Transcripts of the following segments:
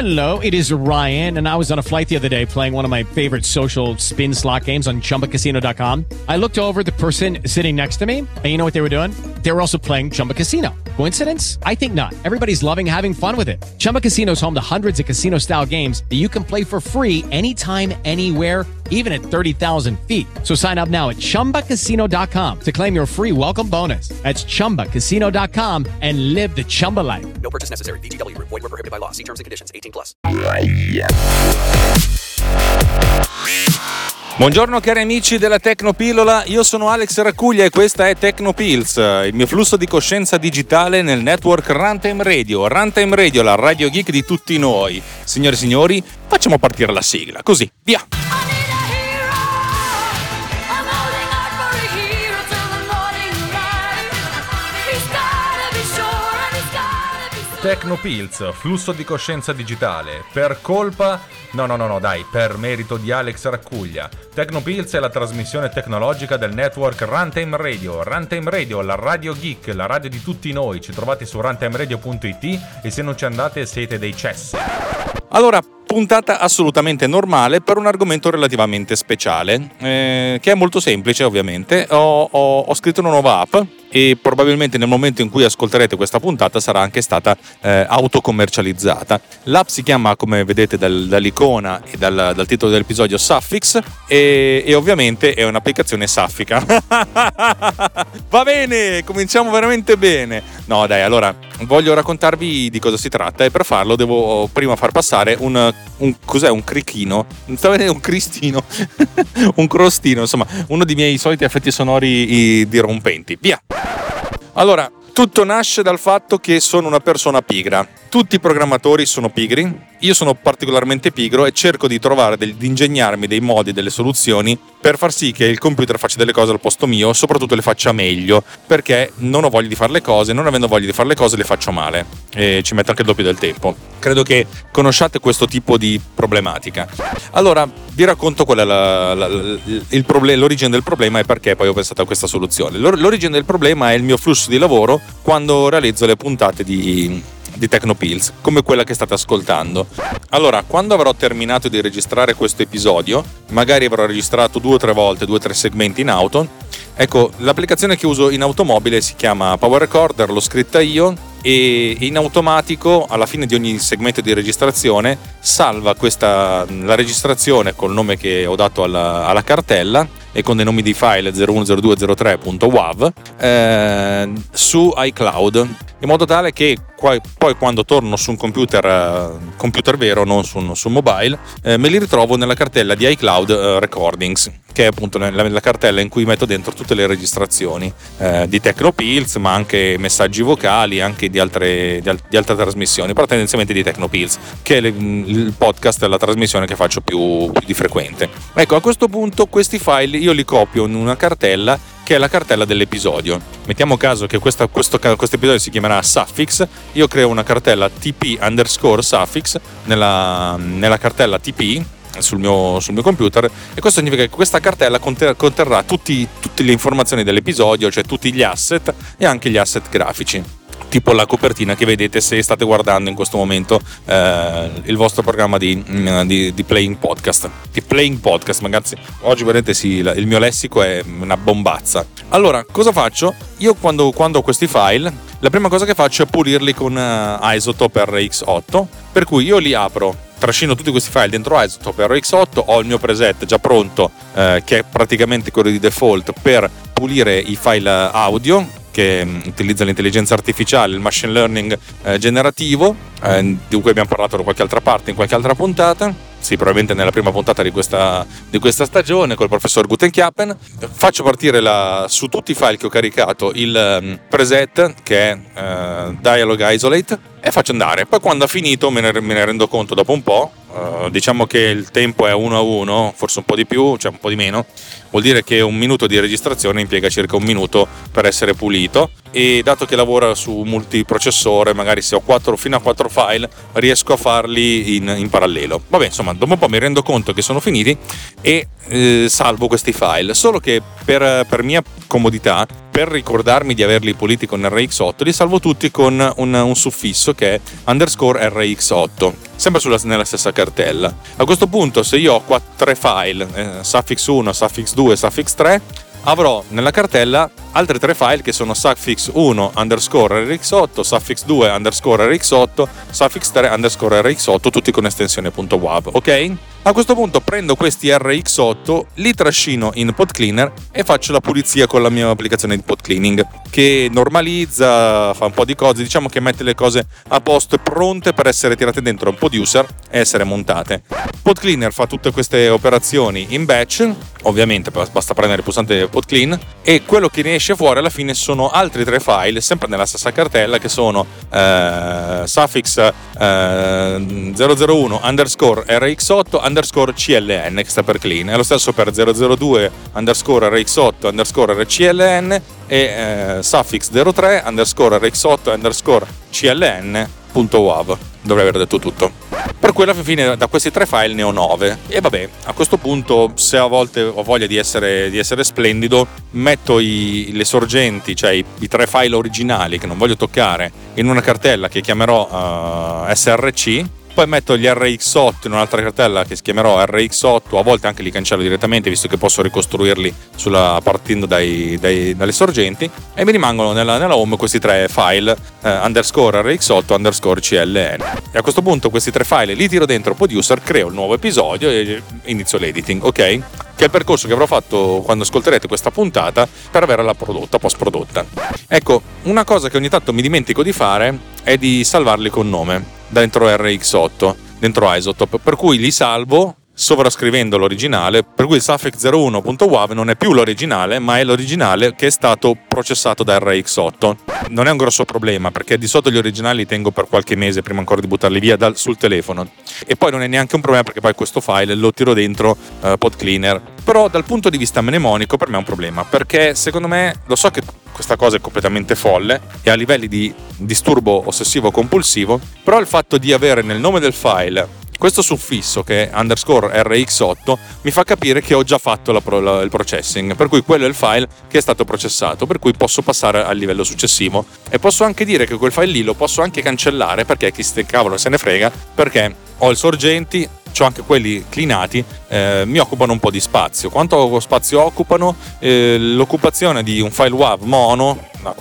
Hello, it is Ryan, and I was on a flight the other day playing one of my favorite social spin slot games on ChumbaCasino.com. I looked over at the person sitting next to me, and you know what they were doing? They were also playing Chumba Casino. Coincidence? I think not. Everybody's loving having fun with it. Chumba Casino is home to hundreds of casino-style games that you can play for free anytime, anywhere, even at 30,000 feet. So sign up now at ChumbaCasino.com to claim your free welcome bonus. That's ChumbaCasino.com and live the Chumba life. No purchase necessary. VGW. Void where prohibited by law. See terms and conditions. 18+. Buongiorno cari amici della Tecnopillola, io sono Alex Raccuglia e questa è Tecnopills, il mio flusso di coscienza digitale nel network Runtime Radio, la radio geek di tutti noi. Signore e signori, facciamo partire la sigla, così, via! Tecnopills, flusso di coscienza digitale, per colpa... No, dai, per merito di Alex Raccuglia. Tecnopills è la trasmissione tecnologica del network Runtime Radio, la radio geek, la radio di tutti noi. Ci trovate su runtimeradio.it e se non ci andate siete dei cessi. Allora, puntata assolutamente normale per un argomento relativamente speciale, che è molto semplice ovviamente. Ho scritto una nuova app e probabilmente nel momento in cui ascolterete questa puntata sarà anche stata autocommercializzata. L'app si chiama, come vedete dall'icona e dal titolo dell'episodio, Suffix e ovviamente è un'applicazione saffica. Va bene, cominciamo veramente bene. No dai, allora voglio raccontarvi di cosa si tratta e per farlo devo prima far passare un cos'è? Un crichino? Stavo vedendo un cristino, un crostino, insomma, uno dei miei soliti effetti sonori dirompenti. Via! Allora, tutto nasce dal fatto che sono una persona pigra. Tutti i programmatori sono pigri, io sono particolarmente pigro e cerco di trovare, di ingegnarmi dei modi, delle soluzioni per far sì che il computer faccia delle cose al posto mio, soprattutto le faccia meglio, perché non ho voglia di fare le cose, non avendo voglia di fare le cose le faccio male e ci metto anche il doppio del tempo. Credo che conosciate questo tipo di problematica. Allora, vi racconto qual è l'origine del problema e perché poi ho pensato a questa soluzione. L'origine del problema è il mio flusso di lavoro quando realizzo le puntate di Tecnopills, come quella che state ascoltando. Allora, quando avrò terminato di registrare questo episodio, magari avrò registrato 2 o 3 volte, 2 o 3 segmenti in auto. Ecco, l'applicazione che uso in automobile si chiama Power Recorder, l'ho scritta io e in automatico alla fine di ogni segmento di registrazione salva la registrazione col nome che ho dato alla cartella e con dei nomi di file 010203.wav su iCloud, in modo tale che poi quando torno su un computer vero, non su un mobile, me li ritrovo nella cartella di iCloud Recordings, che è appunto la cartella in cui metto dentro tutte le registrazioni di Tecnopills, ma anche messaggi vocali, anche di altre trasmissioni, però tendenzialmente di Tecnopills, che è il podcast, la trasmissione che faccio più di frequente. Ecco, a questo punto questi file io li copio in una cartella che è la cartella dell'episodio. Mettiamo caso che questo episodio si chiamerà Suffix, io creo una cartella tp_suffix nella cartella tp sul mio computer, e questo significa che questa cartella conterrà tutte le informazioni dell'episodio, cioè tutti gli asset e anche gli asset grafici, tipo la copertina che vedete se state guardando in questo momento il vostro programma di Playing Podcast. Di Playing Podcast, ragazzi, oggi vedete sì, il mio lessico è una bombazza. Allora, cosa faccio? Io quando ho questi file, la prima cosa che faccio è pulirli con Isotope RX8, per cui io li apro, trascino tutti questi file dentro Isotope RX8, ho il mio preset già pronto che è praticamente quello di default per pulire i file audio, che utilizza l'intelligenza artificiale, il machine learning generativo, di cui abbiamo parlato da qualche altra parte in qualche altra puntata. Sì, probabilmente nella prima puntata di questa stagione col professor Gutenkiappen. Faccio partire su tutti i file che ho caricato il preset che è Dialogue Isolate e faccio andare. Poi quando ha finito me ne rendo conto dopo un po'. Diciamo che il tempo è 1 a 1, forse un po' di più, cioè un po' di meno. Vuol dire che 1 minuto di registrazione impiega circa 1 minuto per essere pulito, e dato che lavora su multiprocessore, magari se ho fino a 4 file riesco a farli in parallelo. Vabbè, insomma, dopo un po' mi rendo conto che sono finiti e salvo questi file, solo che per mia comodità, per ricordarmi di averli puliti con RX8, li salvo tutti con un suffisso suffisso che è underscore RX8, sempre nella stessa cartella. A questo punto, se io ho 3 file, suffix 1, suffix 2, suffix 3, avrò nella cartella altri 3 file che sono suffix 1 underscore RX8, suffix 2 underscore RX8, suffix 3 underscore RX8, tutti con estensione .wav, ok? A questo punto prendo questi RX8, li trascino in pod cleaner e faccio la pulizia con la mia applicazione di pod cleaning, che normalizza, fa un po' di cose, diciamo che mette le cose a posto e pronte per essere tirate dentro un Poduser e essere montate. Pod cleaner fa tutte queste operazioni in batch, ovviamente basta premere il pulsante pod clean, e quello che ne esce fuori alla fine sono altri 3 file sempre nella stessa cartella, che sono suffix 001 underscore RX8 underscore CLN, che sta per clean. È lo stesso per 002 underscore RX8 underscore RCLN e suffix 03 underscore RX8 underscore CLN.wav. Dovrei aver detto tutto. Per cui alla fine da questi 3 file ne ho 9. E vabbè, a questo punto, se a volte ho voglia di essere splendido, metto le sorgenti, cioè i 3 file originali che non voglio toccare, in una cartella che chiamerò SRC. Poi metto gli RX8 in un'altra cartella che chiamerò RX8, a volte anche li cancello direttamente, visto che posso ricostruirli partendo dalle sorgenti, e mi rimangono nella home questi 3 file underscore RX8 underscore CLN. E a questo punto questi 3 file li tiro dentro Poduser, creo il nuovo episodio e inizio l'editing, ok? Che è il percorso che avrò fatto quando ascolterete questa puntata per averla post prodotta. Ecco, una cosa che ogni tanto mi dimentico di fare è di salvarli con nome dentro RX8, dentro Isotope, per cui li salvo sovrascrivendo l'originale, per cui il suffix 01.wav non è più l'originale, ma è l'originale che è stato processato da RX8. Non è un grosso problema, perché di solito gli originali li tengo per qualche mese prima ancora di buttarli via sul telefono, e poi non è neanche un problema perché poi questo file lo tiro dentro pod cleaner. Però dal punto di vista mnemonico per me è un problema, perché secondo me, lo so che questa cosa è completamente folle e a livelli di disturbo ossessivo compulsivo, però il fatto di avere nel nome del file questo suffisso che è underscore RX8 mi fa capire che ho già fatto il processing, per cui quello è il file che è stato processato, per cui posso passare al livello successivo, e posso anche dire che quel file lì lo posso anche cancellare, perché chi cavolo se ne frega, perché ho i sorgenti, c'ho anche quelli cleanati, mi occupano un po' di spazio. Quanto spazio occupano? L'occupazione di un file WAV mono a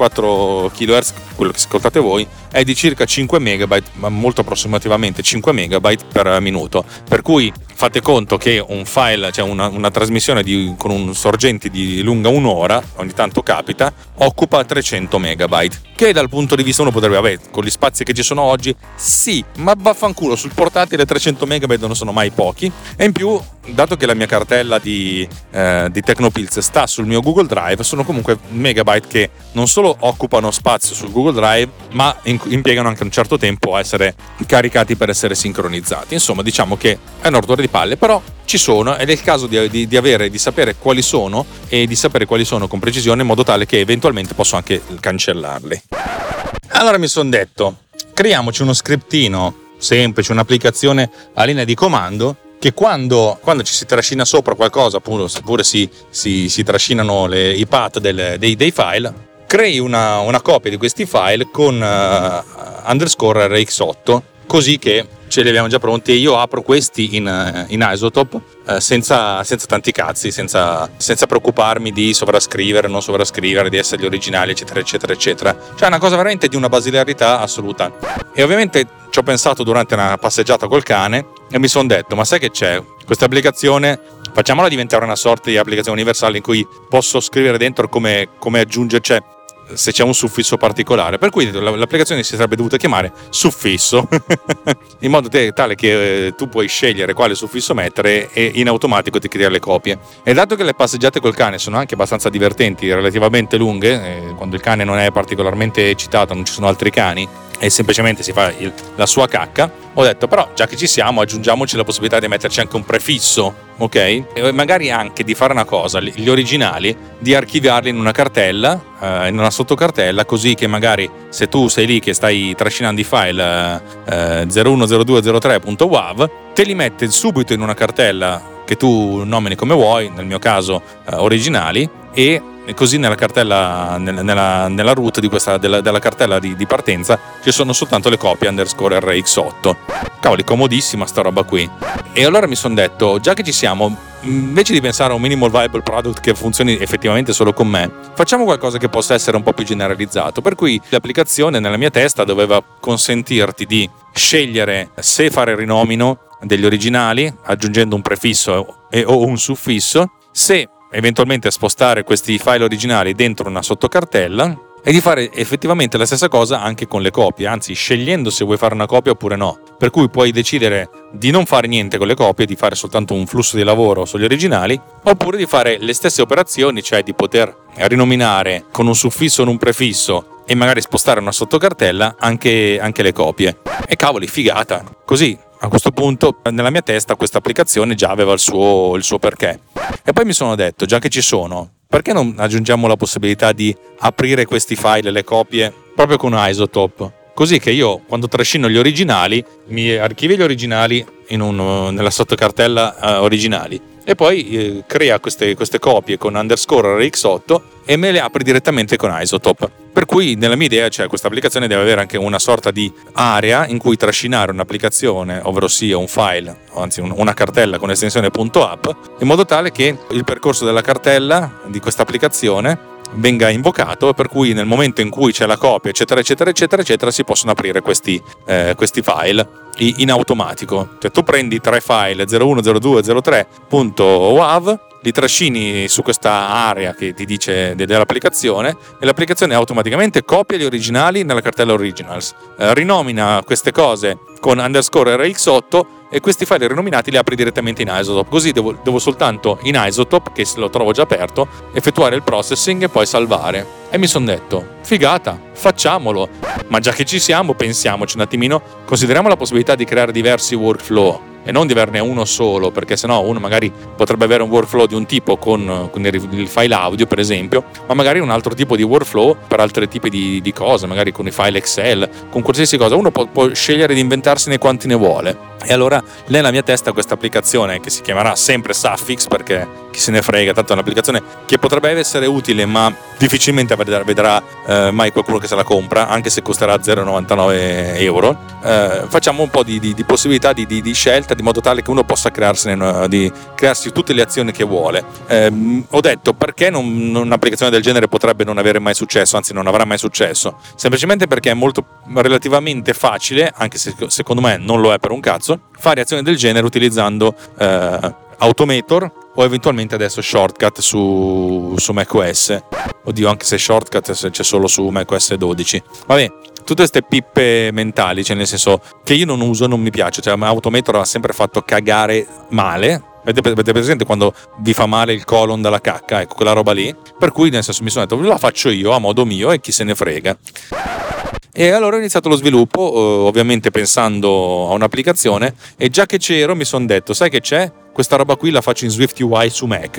44 kHz, quello che ascoltate voi, è di circa 5 MB, ma molto approssimativamente 5 MB per minuto, per cui fate conto che un file, cioè una trasmissione con un sorgente di lunga un'ora, ogni tanto capita, occupa 300 MB, che dal punto di vista uno potrebbe, vabbè, con gli spazi che ci sono oggi, sì, ma vaffanculo, sul portatile 300 MB non sono mai pochi, e in più, dato che la mia cartella di Tecnopills sta sul mio Google Drive, sono comunque megabyte che non solo occupano spazio sul Google Drive, ma impiegano anche un certo tempo a essere caricati per essere sincronizzati. Insomma, diciamo che è un rotore di palle, però ci sono, ed è il caso di sapere quali sono, e di sapere quali sono con precisione, in modo tale che eventualmente posso anche cancellarli. Allora mi sono detto, creiamoci uno scriptino semplice, un'applicazione a linea di comando, che quando ci si trascina sopra qualcosa, oppure si trascinano i path dei file, crei una copia di questi file con underscore RX8, così che ce li abbiamo già pronti, e io apro questi in Isotope senza tanti cazzi, senza preoccuparmi di sovrascrivere, non sovrascrivere, di essere gli originali, eccetera eccetera eccetera. Cioè, una cosa veramente di una basilarità assoluta. E ovviamente ci ho pensato durante una passeggiata col cane e mi sono detto, ma sai che c'è? Questa applicazione facciamola diventare una sorta di applicazione universale in cui posso scrivere dentro come aggiungere, cioè se c'è un suffisso particolare, per cui l'applicazione si sarebbe dovuta chiamare suffisso in modo tale che tu puoi scegliere quale suffisso mettere e in automatico ti crea le copie. E dato che le passeggiate col cane sono anche abbastanza divertenti, relativamente lunghe, quando il cane non è particolarmente eccitato, non ci sono altri cani e semplicemente si fa la sua cacca, ho detto però già che ci siamo aggiungiamoci la possibilità di metterci anche un prefisso, ok? E magari anche di fare una cosa, gli originali, di archiviarli in una cartella, in una sottocartella, così che magari se tu sei lì che stai trascinando i file 010203.wav, te li mette subito in una cartella che tu nomini come vuoi, nel mio caso originali, e così nella cartella, nella root della cartella di partenza ci sono soltanto le copie underscore RX8. Cavoli, comodissima sta roba qui. E allora mi sono detto, già che ci siamo, invece di pensare a un minimal viable product che funzioni effettivamente solo con me, facciamo qualcosa che possa essere un po' più generalizzato. Per cui l'applicazione nella mia testa doveva consentirti di scegliere se fare il rinomino degli originali aggiungendo un prefisso o un suffisso, se eventualmente spostare questi file originali dentro una sottocartella, e di fare effettivamente la stessa cosa anche con le copie, anzi scegliendo se vuoi fare una copia oppure no. Per cui puoi decidere di non fare niente con le copie, di fare soltanto un flusso di lavoro sugli originali, oppure di fare le stesse operazioni, cioè di poter rinominare con un suffisso o un prefisso e magari spostare una sottocartella anche le copie. E cavoli, figata! Così a questo punto nella mia testa questa applicazione già aveva il suo perché. E poi mi sono detto, già che ci sono, perché non aggiungiamo la possibilità di aprire questi file, le copie, proprio con Isotope? Così che io, quando trascino gli originali, mi archivio gli originali nella sottocartella originali, e poi crea queste copie con underscore RX8 e me le apri direttamente con Isotope. Per cui nella mia idea, cioè, questa applicazione deve avere anche una sorta di area in cui trascinare un'applicazione, ovvero sia un file, o anzi una cartella con estensione .app, in modo tale che il percorso della cartella di questa applicazione venga invocato, per cui nel momento in cui c'è la copia eccetera eccetera eccetera eccetera si possono aprire questi file in automatico. Cioè tu prendi 3 file 010203.wav, li trascini su questa area che ti dice dell'applicazione, e l'applicazione automaticamente copia gli originali nella cartella originals, rinomina queste cose con underscore RX8 e questi file rinominati li apri direttamente in Isotope. Così devo soltanto in Isotope, che lo trovo già aperto, effettuare il processing e poi salvare. E mi sono detto, figata, facciamolo. Ma già che ci siamo, pensiamoci un attimino, consideriamo la possibilità di creare diversi workflow e non di averne uno solo, perché sennò uno magari potrebbe avere un workflow di un tipo con il file audio per esempio, ma magari un altro tipo di workflow per altri tipi di cose, magari con i file Excel, con qualsiasi cosa. Uno può scegliere di inventarsene quanti ne vuole. E allora nella mia testa questa applicazione, che si chiamerà sempre Suffix, perché chi se ne frega, tanto è un'applicazione che potrebbe essere utile ma difficilmente vedrà mai qualcuno che se la compra, anche se costerà 0,99 euro. Facciamo un po' di possibilità di scelta, di modo tale che uno possa crearsi tutte le azioni che vuole. Ho detto, perché un'applicazione del genere potrebbe non avere mai successo, anzi non avrà mai successo, semplicemente perché è molto relativamente facile, anche se secondo me non lo è per un cazzo, fare azioni del genere utilizzando Automator o eventualmente adesso Shortcut su macOS. Oddio, anche se Shortcut c'è solo su macOS 12. Vabbè, tutte queste pippe mentali, cioè nel senso che io non uso, non mi piace, cioè Automator ha sempre fatto cagare male. Avete presente quando vi fa male il colon dalla cacca? Ecco, quella roba lì. Per cui nel senso mi sono detto, la faccio io a modo mio e chi se ne frega. E allora ho iniziato lo sviluppo, ovviamente pensando a un'applicazione, e già che c'ero mi sono detto, sai che c'è? Questa roba qui la faccio in SwiftUI su Mac.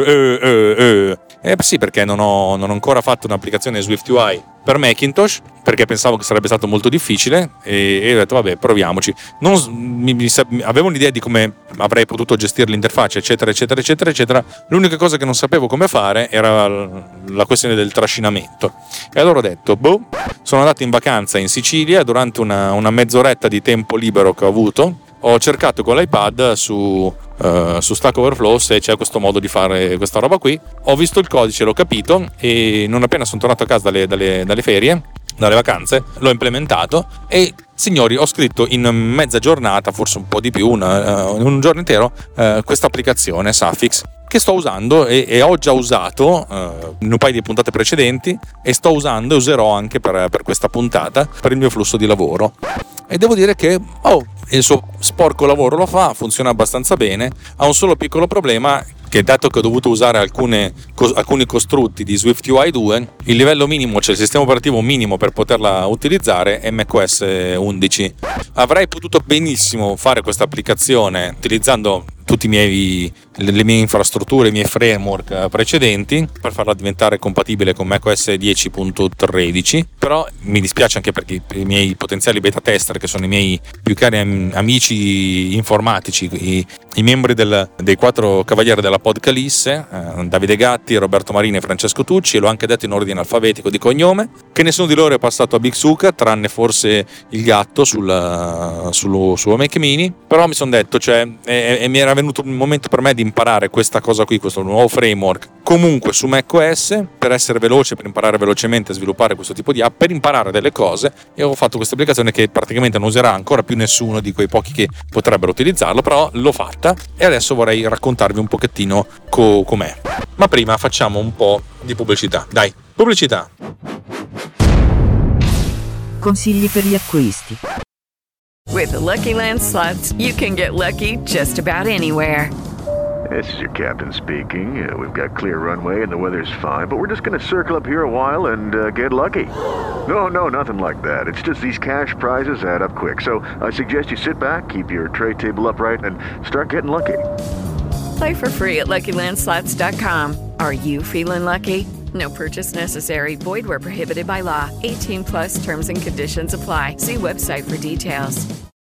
Sì, perché non ho ancora fatto un'applicazione SwiftUI per Macintosh, perché pensavo che sarebbe stato molto difficile, e ho detto vabbè, proviamoci. Avevo un'idea di come avrei potuto gestire l'interfaccia eccetera eccetera eccetera eccetera. L'unica cosa che non sapevo come fare era la questione del trascinamento, e allora ho detto sono andato in vacanza in Sicilia. Durante una mezz'oretta di tempo libero che ho avuto, ho cercato con l'iPad su Stack Overflow se c'è questo modo di fare questa roba qui. Ho visto il codice, l'ho capito, e non appena sono tornato a casa dalle ferie, dalle vacanze, l'ho implementato e, signori, ho scritto in mezza giornata, forse un po' di più, in un giorno intero, questa applicazione Suffix, che sto usando e ho già usato in un paio di puntate precedenti, e sto usando e userò anche per questa puntata, per il mio flusso di lavoro. E devo dire che il suo sporco lavoro lo fa, funziona abbastanza bene. Ha un solo piccolo problema, che dato che ho dovuto usare alcuni costrutti di SwiftUI 2, il livello minimo, cioè il sistema operativo minimo per poterla utilizzare, è macOS 11. Avrei potuto benissimo fare questa applicazione utilizzando tutti le mie infrastrutture, i miei framework precedenti per farla diventare compatibile con macOS 10.13. Però mi dispiace anche perché i miei potenziali beta tester, che sono i miei più cari amici informatici, i membri dei 4 cavalieri della Podcalisse, Davide Gatti, Roberto Marini e Francesco Tucci, e l'ho anche detto in ordine alfabetico di cognome, che nessuno di loro è passato a Big Suka, tranne forse il gatto sullo Mac Mini. Però mi sono detto, mi era venuto un momento per me di imparare questa cosa qui, questo nuovo framework, comunque su macOS, per essere veloce, per imparare velocemente a sviluppare questo tipo di app, per imparare delle cose, e ho fatto questa applicazione che praticamente non userà ancora più nessuno di quei pochi che potrebbero utilizzarlo, però l'ho fatta e adesso vorrei raccontarvi un pochettino com'è. Ma prima facciamo un po' di pubblicità. Dai, pubblicità! Consigli per gli acquisti. With the Lucky Land Slots, you can get lucky just about anywhere. This is your captain speaking. We've got clear runway and the weather's fine, but we're just going to circle up here a while and get lucky. No, nothing like that. It's just these cash prizes add up quick. So I suggest you sit back, keep your tray table upright, and start getting lucky. Play for free at LuckyLandSlots.com. Are you feeling lucky? No purchase necessary. Void where prohibited by law. 18 plus terms and conditions apply. See website for details.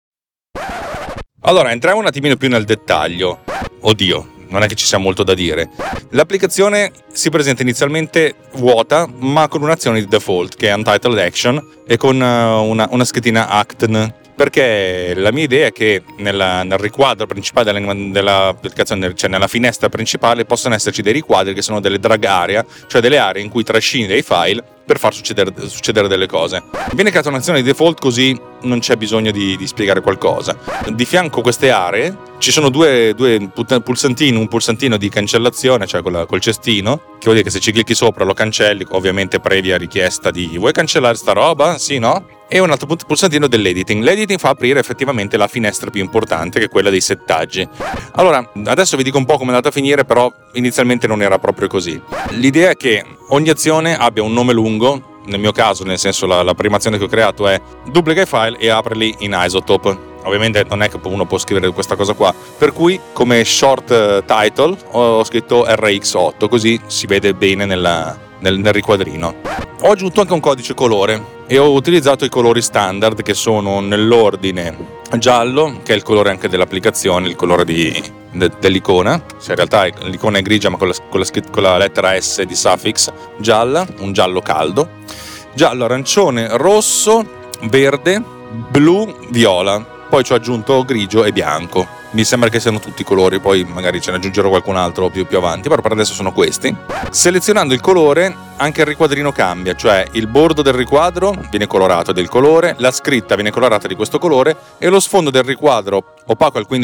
Allora, entriamo un attimino più nel dettaglio. Oddio, non è che ci sia molto da dire. L'applicazione si presenta inizialmente vuota, ma con un'azione di default che è Untitled Action e con una schedina Actn. Perché la mia idea è che nel riquadro principale dell'applicazione, cioè nella finestra principale, possano esserci dei riquadri che sono delle drag area, cioè delle aree in cui trascini dei file per far succedere delle cose. Viene creata un'azione di default, così non c'è bisogno di spiegare qualcosa. Di fianco a queste aree ci sono due pulsantini, un pulsantino di cancellazione, cioè col cestino, che vuol dire che se ci clicchi sopra lo cancelli, ovviamente previa richiesta di vuoi cancellare sta roba? Sì, no? E un altro pulsantino dell'editing. L'editing fa aprire effettivamente la finestra più importante, che è quella dei settaggi. Allora, adesso vi dico un po' come è andata a finire, però inizialmente non era proprio così. L'idea è che ogni azione abbia un nome lungo. Nel mio caso, nel senso, la prima azione che ho creato è duplica i file e aprili in Isotope. Ovviamente non è che uno può scrivere questa cosa qua, per cui come short title ho scritto RX8, così si vede bene nel riquadrino. Ho aggiunto anche un codice colore e ho utilizzato i colori standard, che sono nell'ordine giallo, che è il colore anche dell'applicazione, il colore dell'icona. Cioè, in realtà l'icona è grigia, ma con la lettera S di suffix gialla, un giallo caldo, giallo, arancione, rosso, verde, blu, viola. Poi ci ho aggiunto grigio e bianco. Mi sembra che siano tutti i colori, poi magari ce ne aggiungerò qualcun altro più avanti, però per adesso sono questi. Selezionando il colore anche il riquadrino cambia, cioè il bordo del riquadro viene colorato del colore, la scritta viene colorata di questo colore e lo sfondo del riquadro, opaco al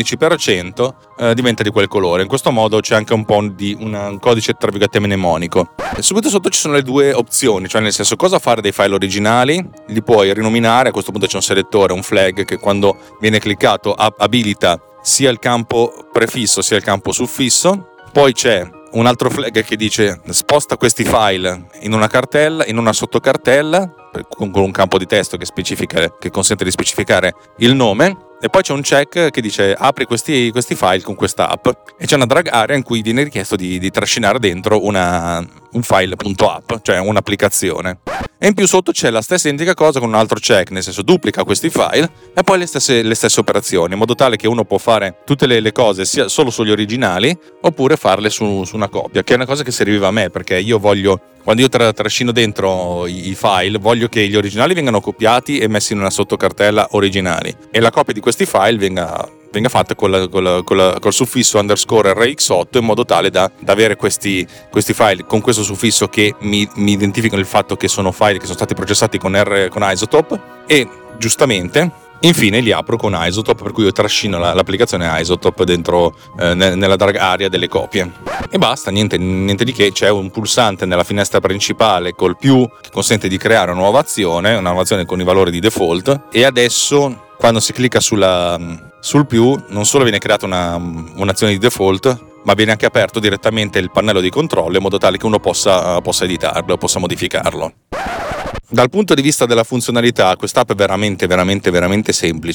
15%, diventa di quel colore. In questo modo c'è anche un po' di un codice tra virgolette mnemonico. E subito sotto ci sono le due opzioni, cioè nel senso cosa fare dei file originali. Li puoi rinominare, a questo punto c'è un selettore, un flag che quando viene cliccato abilita sia il campo prefisso sia il campo suffisso. Poi c'è un altro flag che dice sposta questi file in una cartella, in una sottocartella, con un campo di testo che consente di specificare il nome. E poi c'è un check che dice apri questi file con questa app, e c'è una drag area in cui viene richiesto di trascinare dentro un file.app, cioè un'applicazione. E in più sotto c'è la stessa identica cosa con un altro check, nel senso duplica questi file e poi le stesse operazioni, in modo tale che uno può fare tutte le cose sia solo sugli originali oppure farle su una copia, che è una cosa che serviva a me, perché io voglio, quando io trascino dentro i file, voglio che gli originali vengano copiati e messi in una sottocartella originali, e la copia di questi file venga fatta col suffisso _RX8, in modo tale da avere questi file con questo suffisso che mi identificano il fatto che sono file che sono stati processati con Isotope, e giustamente infine li apro con Isotope, per cui io trascino l'applicazione Isotope dentro nella drag area delle copie. E basta, niente di che. C'è un pulsante nella finestra principale col più che consente di creare una nuova azione con i valori di default, e adesso quando si clicca sul più non solo viene creata un'azione di default, ma viene anche aperto direttamente il pannello di controllo, in modo tale che uno possa editarlo, possa modificarlo. Dal punto di vista della funzionalità, quest'app è veramente, veramente, veramente semplice.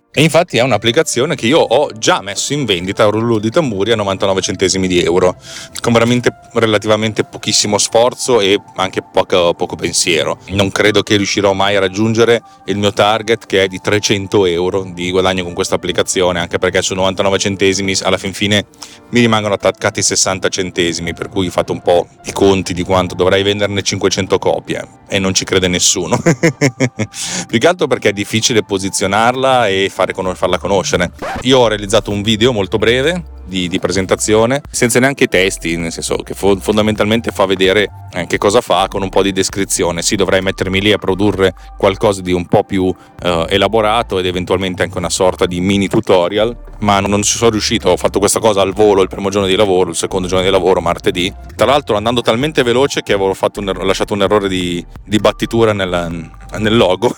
E infatti è un'applicazione che io ho già messo in vendita a rullo di tamburi a 99 centesimi di euro, con veramente relativamente pochissimo sforzo e anche poco pensiero. Non credo che riuscirò mai a raggiungere il mio target, che è di 300 euro di guadagno con questa applicazione, anche perché su 99 centesimi alla fin fine mi rimangono attaccati 60 centesimi, per cui fate un po' i conti di quanto dovrei venderne 500 copie e non ci crede nessuno. Più che altro perché è difficile posizionarla e farla conoscere. Io ho realizzato un video molto breve di presentazione senza neanche testi, nel senso che fondamentalmente fa vedere che cosa fa con un po' di descrizione. Sì, dovrei mettermi lì a produrre qualcosa di un po' più elaborato ed eventualmente anche una sorta di mini tutorial, ma non ci sono riuscito. Ho fatto questa cosa al volo il primo giorno di lavoro, il secondo giorno di lavoro martedì, tra l'altro andando talmente veloce che avevo lasciato un errore di battitura nel logo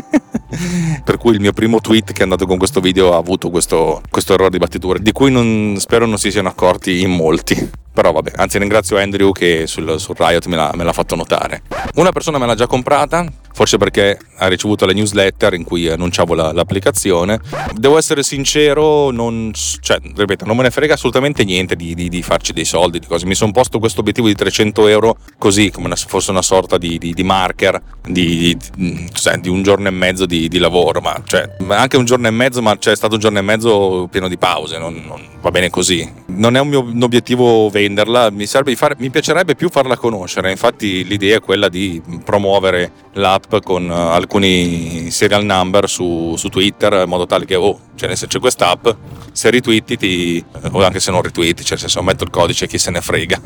per cui il mio primo tweet che è andato con questo video ha avuto questo errore di battitura, di cui spero non si siano accorti in molti. Però vabbè, anzi ringrazio Andrew che sul Riot me l'ha fatto notare. Una persona me l'ha già comprata, forse perché ha ricevuto la newsletter in cui annunciavo l'applicazione. Devo essere sincero, non me ne frega assolutamente niente di farci dei soldi, di cose. Mi sono posto questo obiettivo di 300 euro così, come se fosse una sorta di marker di un giorno e mezzo di lavoro, ma anche un giorno e mezzo, ma c'è stato un giorno e mezzo pieno di pause, non va bene così. Non è un obiettivo venderla, mi piacerebbe più farla conoscere. Infatti l'idea è quella di promuovere l'app con alcuni serial number su Twitter, in modo tale che c'è quest'app, se retweeti o anche se non retweeti, cioè nel senso metto il codice, chi se ne frega.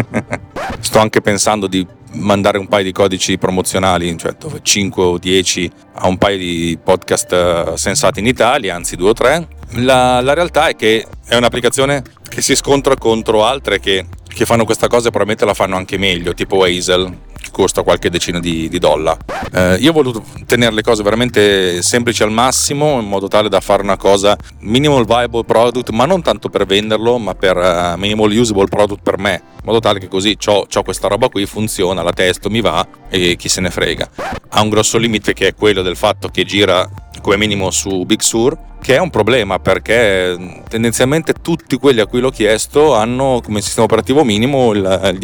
Sto anche pensando di mandare un paio di codici promozionali, cioè 5 o 10 a un paio di podcast sensati in Italia, anzi 2 o 3. La realtà è che è un'applicazione che si scontra contro altre che fanno questa cosa e probabilmente la fanno anche meglio, tipo Hazel, che costa qualche decina di dollari. Io ho voluto tenere le cose veramente semplici al massimo, in modo tale da fare una cosa minimal viable product, ma non tanto per venderlo, ma per minimal usable product per me, in modo tale che così c'ho questa roba qui, funziona, la testo, mi va e chi se ne frega. Ha un grosso limite, che è quello del fatto che gira come minimo su Big Sur, che è un problema perché tendenzialmente tutti quelli a cui l'ho chiesto hanno come sistema operativo minimo il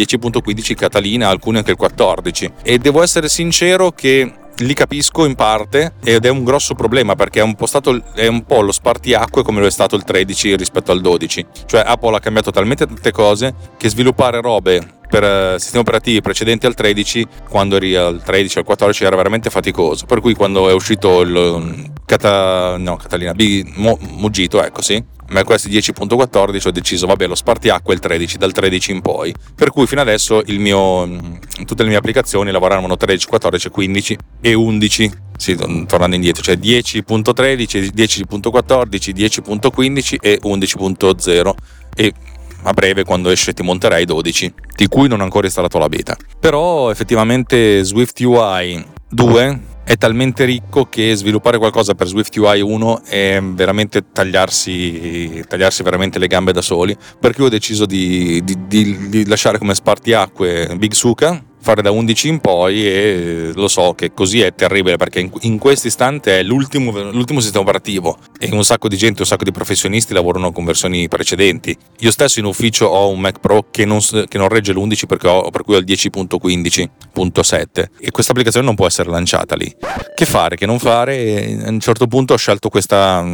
10.15 Catalina, alcuni anche il 14, e devo essere sincero che li capisco in parte ed è un grosso problema, perché è un po' lo spartiacque come lo è stato il 13 rispetto al 12. Cioè Apple ha cambiato talmente tante cose che sviluppare robe per sistemi operativi precedenti al 13, quando eri al 13 o al 14, era veramente faticoso. Per cui quando è uscito il Catalina Mojito, ecco, sì, macOS 10.14, ho deciso vabbè, lo spartiacque è il 13, dal 13 in poi. Per cui fino adesso tutte le mie applicazioni lavoravano 13, 14, 15 e 11. Sì, tornando indietro, cioè 10.13, 10.14, 10.15 e 11.0, e a breve, quando esce, ti monterai 12, di cui non ho ancora installato la beta. Però effettivamente SwiftUI 2 è talmente ricco che sviluppare qualcosa per SwiftUI 1 è veramente tagliarsi veramente le gambe da soli, per cui ho deciso di lasciare come spartiacque Big Suka, fare da 11 in poi, e lo so che così è terribile, perché in questo istante è l'ultimo sistema operativo e un sacco di gente, un sacco di professionisti lavorano con versioni precedenti. Io stesso in ufficio ho un Mac Pro che non regge l'11 per cui ho il 10.15.7 e questa applicazione non può essere lanciata lì. Che fare, che non fare? E a un certo punto ho scelto questo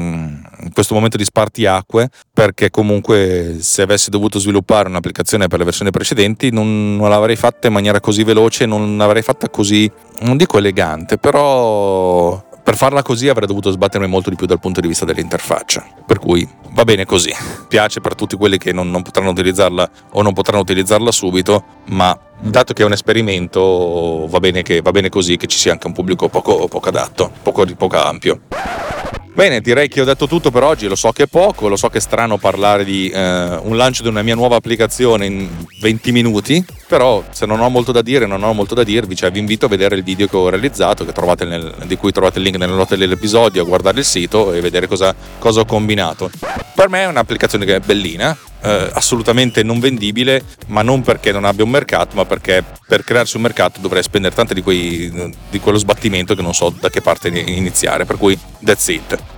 momento di spartiacque, perché comunque se avessi dovuto sviluppare un'applicazione per le versioni precedenti non l'avrei fatta in maniera così veloce, non l'avrei fatta così, non dico elegante, però per farla così avrei dovuto sbattermi molto di più dal punto di vista dell'interfaccia, per cui va bene così. Piace per tutti quelli che non potranno utilizzarla o non potranno utilizzarla subito, ma dato che è un esperimento va bene così, che ci sia anche un pubblico poco adatto, poco ampio. Bene, direi che ho detto tutto per oggi. Lo so che è poco, lo so che è strano parlare di un lancio di una mia nuova applicazione in 20 minuti, però se non ho molto da dire, non ho molto da dirvi. Cioè, vi invito a vedere il video che ho realizzato, di cui trovate il link nelle note dell'episodio, a guardare il sito e vedere cosa ho combinato. Per me è un'applicazione che è bellina, assolutamente non vendibile, ma non perché non abbia un mercato, ma perché per crearsi un mercato dovrei spendere tante di quello sbattimento che non so da che parte iniziare, per cui that's it.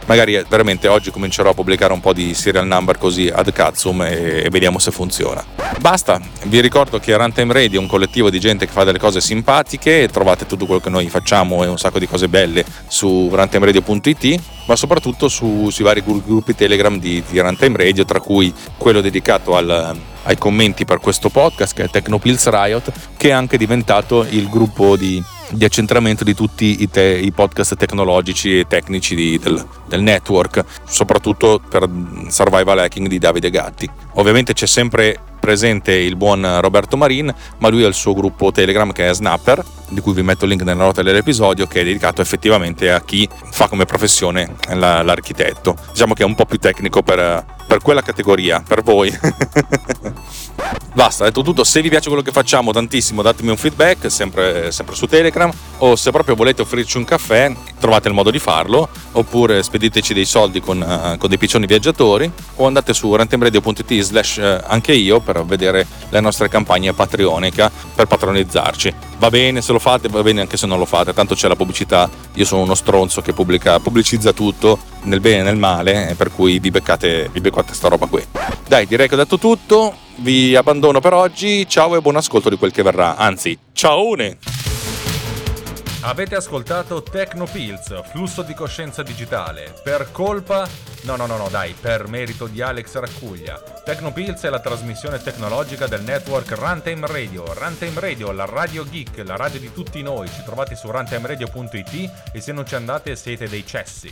magari veramente oggi comincerò a pubblicare un po' di serial number così ad cazzoom e vediamo se funziona. Basta, vi ricordo che Runtime Radio è un collettivo di gente che fa delle cose simpatiche, trovate tutto quello che noi facciamo e un sacco di cose belle su runtimeradio.it, ma soprattutto sui vari gruppi Telegram di Runtime Radio, tra cui quello dedicato ai commenti per questo podcast, che è Technopills Riot, che è anche diventato il gruppo di accentramento di tutti i podcast tecnologici e tecnici del network, soprattutto per survival hacking di Davide Gatti. Ovviamente c'è sempre presente il buon Roberto Marin, ma lui ha il suo gruppo Telegram che è Snapper, di cui vi metto il link nella nota dell'episodio, che è dedicato effettivamente a chi fa come professione l'architetto. Diciamo che è un po' più tecnico per quella categoria, per voi. Basta, detto tutto. Se vi piace quello che facciamo tantissimo, datemi un feedback sempre su Telegram, o se proprio volete offrirci un caffè trovate il modo di farlo, oppure spediteci dei soldi con dei piccioni viaggiatori, o andate su runtimeradio.it/anche io per vedere le nostre campagne patreonica per patronizzarci. Va bene se lo fate, va bene anche se non lo fate, tanto c'è la pubblicità. Io sono uno stronzo che pubblicizza tutto nel bene e nel male, per cui vi beccate sta roba qui. Dai, direi che ho detto tutto, vi abbandono per oggi, ciao e buon ascolto di quel che verrà, anzi, ciaone! Avete ascoltato Technopills, flusso di coscienza digitale, per colpa... per merito di Alex Raccuglia. Technopills è la trasmissione tecnologica del network Runtime Radio. Runtime Radio, la radio geek, la radio di tutti noi. Ci trovate su runtimeradio.it e se non ci andate siete dei cessi.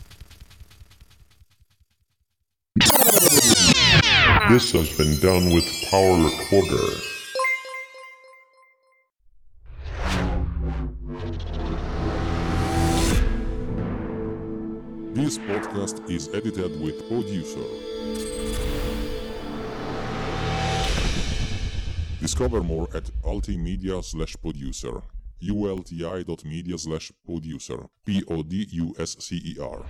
This has been done with Power Recorder. This podcast is edited with Producer. Discover more at ultimedia/producer. ulti.media/producer. PODUSCER.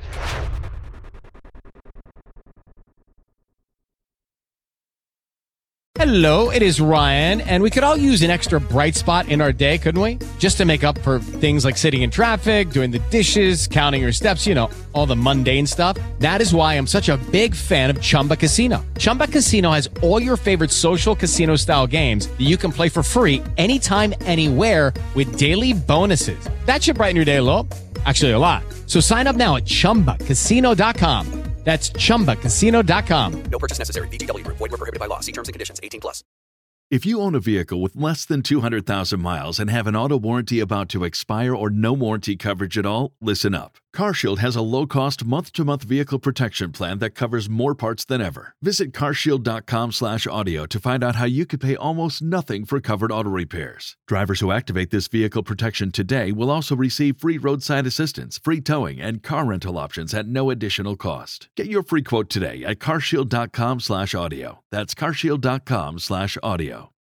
Hello, it is Ryan, and we could all use an extra bright spot in our day, couldn't we? Just to make up for things like sitting in traffic, doing the dishes, counting your steps, all the mundane stuff. That is why I'm such a big fan of Chumba Casino. Chumba Casino has all your favorite social casino-style games that you can play for free anytime, anywhere with daily bonuses. That should brighten your day a little. Actually, a lot. So sign up now at ChumbaCasino.com. That's ChumbaCasino.com. No purchase necessary. VGW Group. Void where prohibited by law. See terms and conditions. 18+. If you own a vehicle with less than 200,000 miles and have an auto warranty about to expire or no warranty coverage at all, listen up. CarShield has a low-cost month-to-month vehicle protection plan that covers more parts than ever. Visit carshield.com/audio to find out how you could pay almost nothing for covered auto repairs. Drivers who activate this vehicle protection today will also receive free roadside assistance, free towing, and car rental options at no additional cost. Get your free quote today at carshield.com/audio. That's carshield.com/audio.